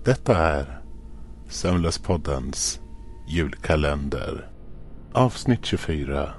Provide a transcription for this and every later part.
Detta är Sömnlöspoddens julkalender. Avsnitt 24.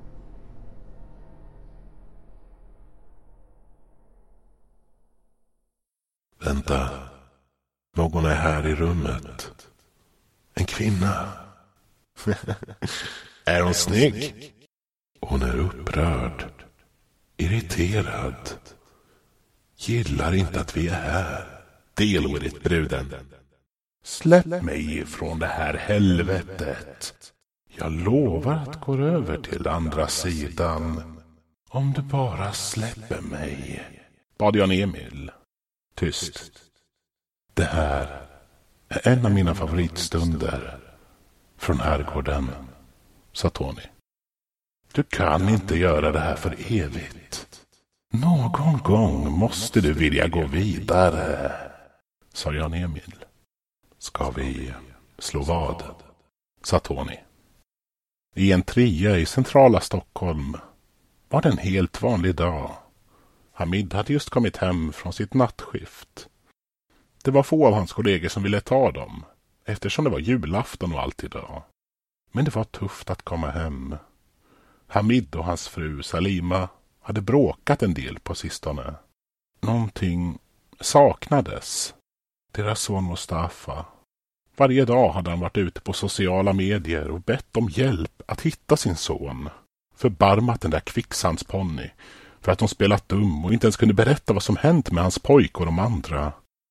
Vänta. Någon är här i rummet. En kvinna. Är hon snygg? Hon är upprörd. Irriterad. Gillar inte att vi är här. Deal with it, bruden. Släpp mig ifrån det här helvetet. Jag lovar att gå över till andra sidan. Om du bara släpper mig. Bad Jan Emil. Tyst. Det här är en av mina favoritstunder från herrgården, sa Tony. Du kan inte göra det här för evigt. Någon gång måste du vilja gå vidare, sa Jan Emil. Ska vi slå vad, sa Tony. I en trea i centrala Stockholm var det en helt vanlig dag. Hamid hade just kommit hem från sitt nattskift. Det var få av hans kollegor som ville ta dem, eftersom det var julafton och allt idag. Men det var tufft att komma hem. Hamid och hans fru Salima hade bråkat en del på sistone. Någonting saknades. Deras son Mustafa. Varje dag hade han varit ute på sociala medier och bett om hjälp att hitta sin son. Förbarmat den där kvicksandsponny för att de spelat dum och inte ens kunde berätta vad som hänt med hans pojk och de andra.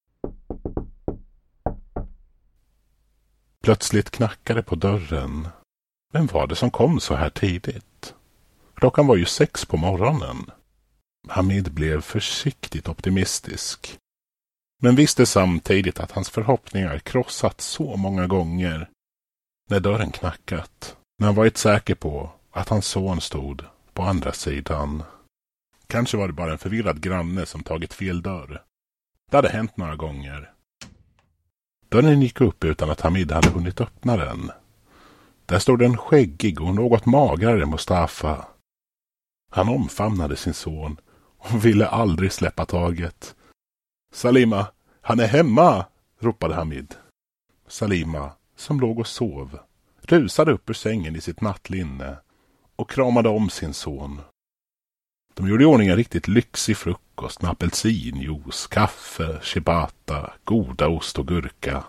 Plötsligt knackade på dörren. Vem var det som kom så här tidigt? Klockan var ju 6 på morgonen. Hamid blev försiktigt optimistisk. Men visste samtidigt att hans förhoppningar krossat så många gånger. När dörren knackat. När han varit säker på att hans son stod på andra sidan. Kanske var det bara en förvirrad granne som tagit fel dörr. Det hade hänt några gånger. Dörren gick upp utan att Hamid hade hunnit öppna den. Där stod en skäggig och något magrare Mustafa. Han omfamnade sin son och ville aldrig släppa taget. Salima, han är hemma, ropade Hamid. Salima, som låg och sov, rusade upp ur sängen i sitt nattlinne och kramade om sin son. De gjorde i ordning en riktigt lyxig frukost med apelsinjuice, kaffe, ciabatta, goda ost och gurka.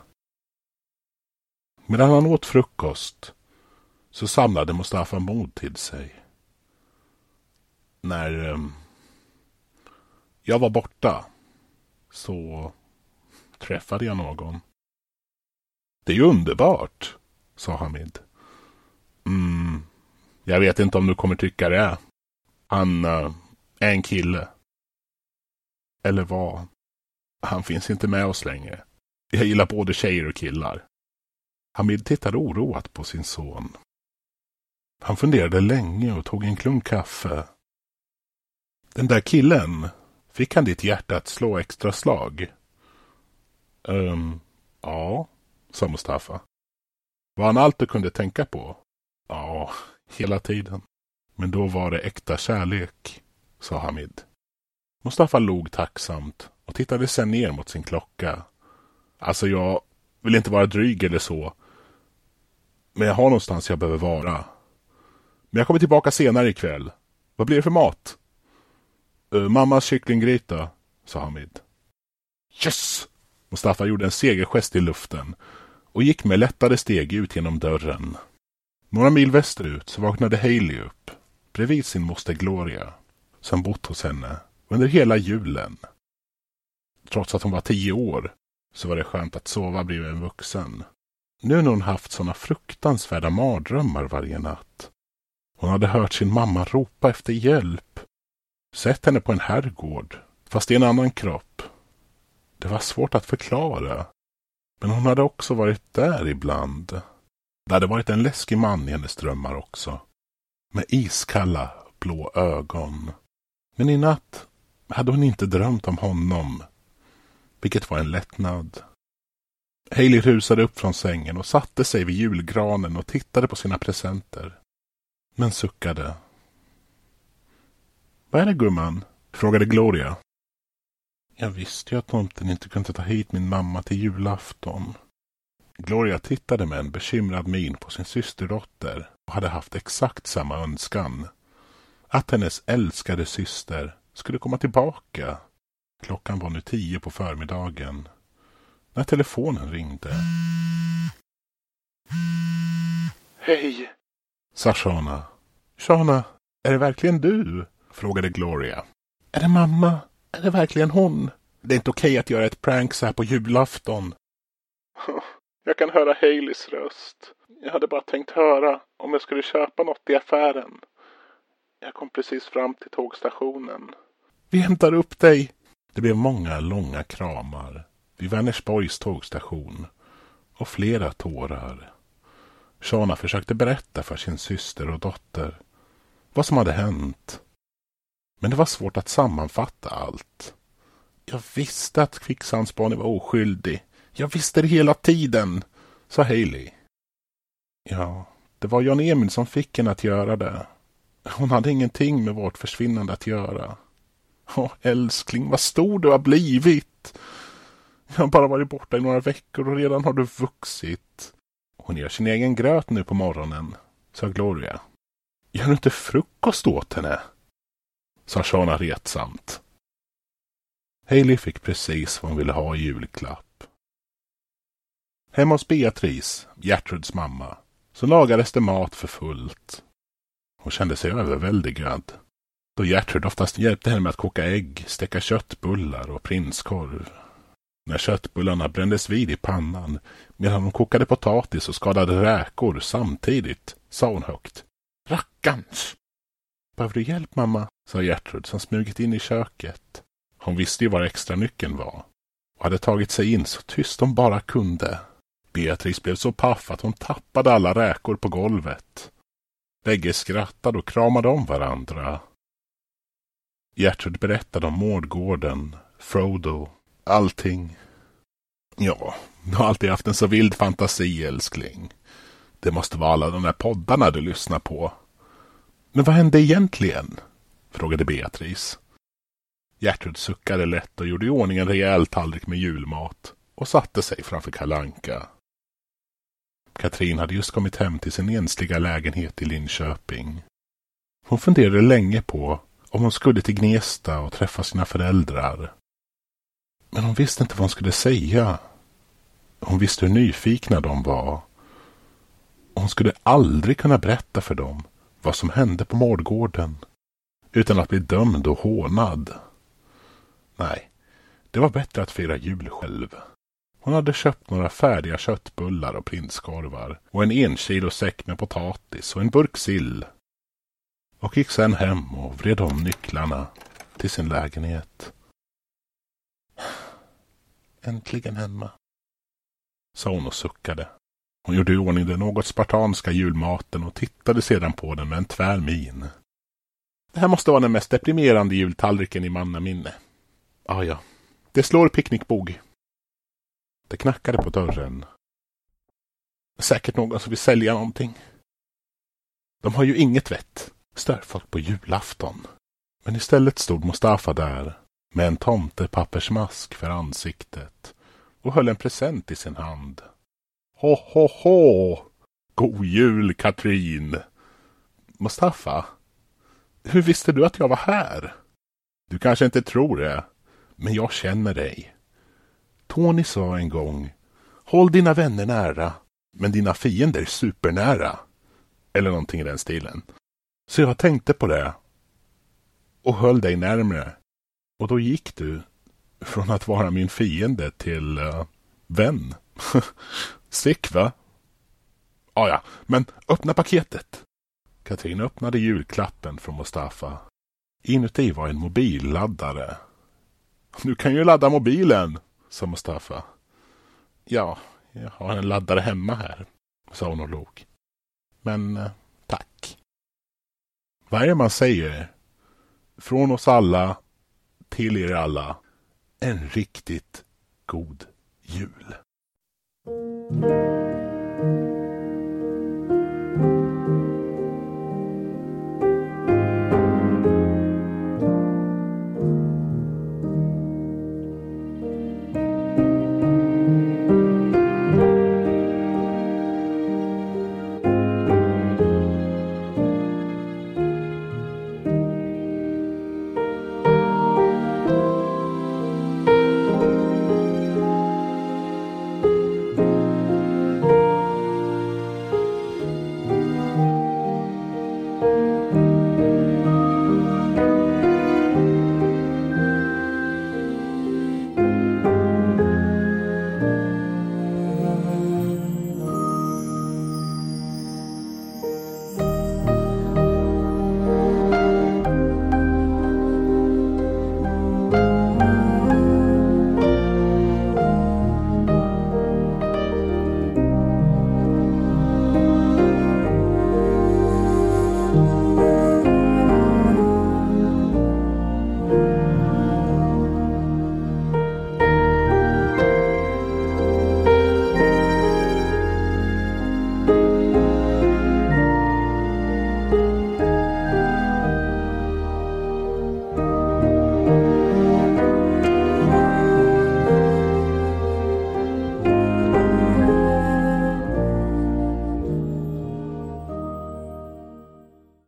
Medan han åt frukost så samlade Mustafa mod till sig. När jag var borta så träffade jag någon. Det är ju underbart, sa Hamid. Jag vet inte om du kommer tycka det. Han är en kille. Eller vad? Han finns inte med oss längre. Jag gillar både tjejer och killar. Hamid tittade oroat på sin son. Han funderade länge och tog en klunk kaffe. Den där killen, fick han ditt hjärta att slå extra slag? Ja, sa Mustafa. Var han allt du kunde tänka på? Ja, hela tiden. Men då var det äkta kärlek, sa Hamid. Mustafa log tacksamt och tittade sen ner mot sin klocka. Alltså jag vill inte vara dryg eller så. Men jag har någonstans jag behöver vara. Men jag kommer tillbaka senare ikväll. Vad blir det för mat? Mammas kycklinggryta, sa Hamid. Yes! Mustafa gjorde en segergest i luften och gick med lättade steg ut genom dörren. Några mil västerut så vaknade Hailey upp bredvid sin moster Gloria som bott hos henne under hela julen. Trots att hon var 10 år så var det skönt att sova bredvid en vuxen. Nu när hon haft såna fruktansvärda mardrömmar varje natt. Hon hade hört sin mamma ropa efter hjälp. Sett henne på en herrgård, fast i en annan kropp. Det var svårt att förklara. Men hon hade också varit där ibland. Det hade varit en läskig man i hennes drömmar också. Med iskalla, blå ögon. Men i natt hade hon inte drömt om honom. Vilket var en lättnad. Hailey rusade upp från sängen och satte sig vid julgranen och tittade på sina presenter. Men suckade. Vad är det, gumman? Frågade Gloria. Jag visste ju att tomten inte kunde ta hit min mamma till julafton. Gloria tittade med en bekymrad min på sin systerdotter och hade haft exakt samma önskan. Att hennes älskade syster skulle komma tillbaka. Klockan var nu 10 på förmiddagen. När telefonen ringde. Hej, sa Shana. Shana, är det verkligen du? Frågade Gloria. Är det mamma? Är det verkligen hon? Det är inte okej att göra ett prank så här på julafton. Jag kan höra Haileys röst. Jag hade bara tänkt höra om jag skulle köpa något i affären. Jag kom precis fram till tågstationen. Vi hämtar upp dig. Det blev många långa kramar vid Vänersborgs tågstation och flera tårar. Shana försökte berätta för sin syster och dotter vad som hade hänt. Men det var svårt att sammanfatta allt. Jag visste att kvicksandsbarnet var oskyldig. Jag visste det hela tiden, sa Hailey. Ja, det var Jan Emil som fick henne att göra det. Hon hade ingenting med vårt försvinnande att göra. Åh, älskling, vad stor du har blivit. Jag har bara varit borta i några veckor och redan har du vuxit. Hon gör sin egen gröt nu på morgonen, sa Gloria. Gör du inte frukost åt henne? Sa Shana retsamt. Hailey fick precis vad hon ville ha i julklapp. Hemma hos Beatrice, Gertruds mamma, så lagades det mat för fullt. Hon kände sig överväldigad, då Gertrud oftast hjälpte henne med att koka ägg, steka köttbullar och prinskorv. När köttbullarna brändes vid i pannan medan hon kokade potatis och skadade räkor samtidigt, sa hon högt. Rackans! Behöver du hjälp, mamma? Sa Gertrud som smugit in i köket. Hon visste ju var extra nyckeln var och hade tagit sig in så tyst hon bara kunde. Beatrice blev så paff att hon tappade alla räkor på golvet. Bägge skrattade och kramade om varandra. Gertrud berättade om Mårdgården, Frodo, allting. Ja, du har alltid haft en så vild fantasi, älskling. Det måste vara alla de där poddarna du lyssnar på. Men vad hände egentligen? Frågade Beatrice. Gertrud suckade lätt och gjorde i ordning en rejäl tallrik med julmat och satte sig framför Kalle Anka. Katrin hade just kommit hem till sin ensliga lägenhet i Linköping. Hon funderade länge på om hon skulle till Gnesta och träffa sina föräldrar. Men hon visste inte vad hon skulle säga. Hon visste hur nyfikna de var. Hon skulle aldrig kunna berätta för dem vad som hände på Mårdgården utan att bli dömd och hånad. Nej, det var bättre att fira jul själv. Hon hade köpt några färdiga köttbullar och prinskorvar och en 1 kilo säck med potatis och en burk sill. Och gick sedan hem och vred om nycklarna till sin lägenhet. Äntligen hemma, sa hon och suckade. Hon gjorde i ordning den något spartanska julmaten och tittade sedan på den med en tvär min. Det här måste vara den mest deprimerande jultallriken i mannaminne. Ja, det slår picknickbog. Det knackade på dörren. Säkert någon som vill sälja någonting. De har ju inget vett. Stör folk på julafton. Men istället stod Mustafa där med en tomtepappersmask för ansiktet och höll en present i sin hand. Ho, ho, ho! God jul, Katrin! Mustafa, hur visste du att jag var här? Du kanske inte tror det, men jag känner dig. Tony sa en gång, håll dina vänner nära, men dina fiender supernära. Eller någonting i den stilen. Så jag tänkte på det och höll dig närmare. Och då gick du från att vara min fiende till vän. Sick, va? Ja, men öppna paketet. Katrin öppnade julklappen från Mustafa. Inuti var en mobilladdare. Du kan ju ladda mobilen, sa Mustafa. Ja, jag har en laddare hemma här, sa hon och log. Men tack. Vad är det man säger? Från oss alla till er alla. En riktigt god jul.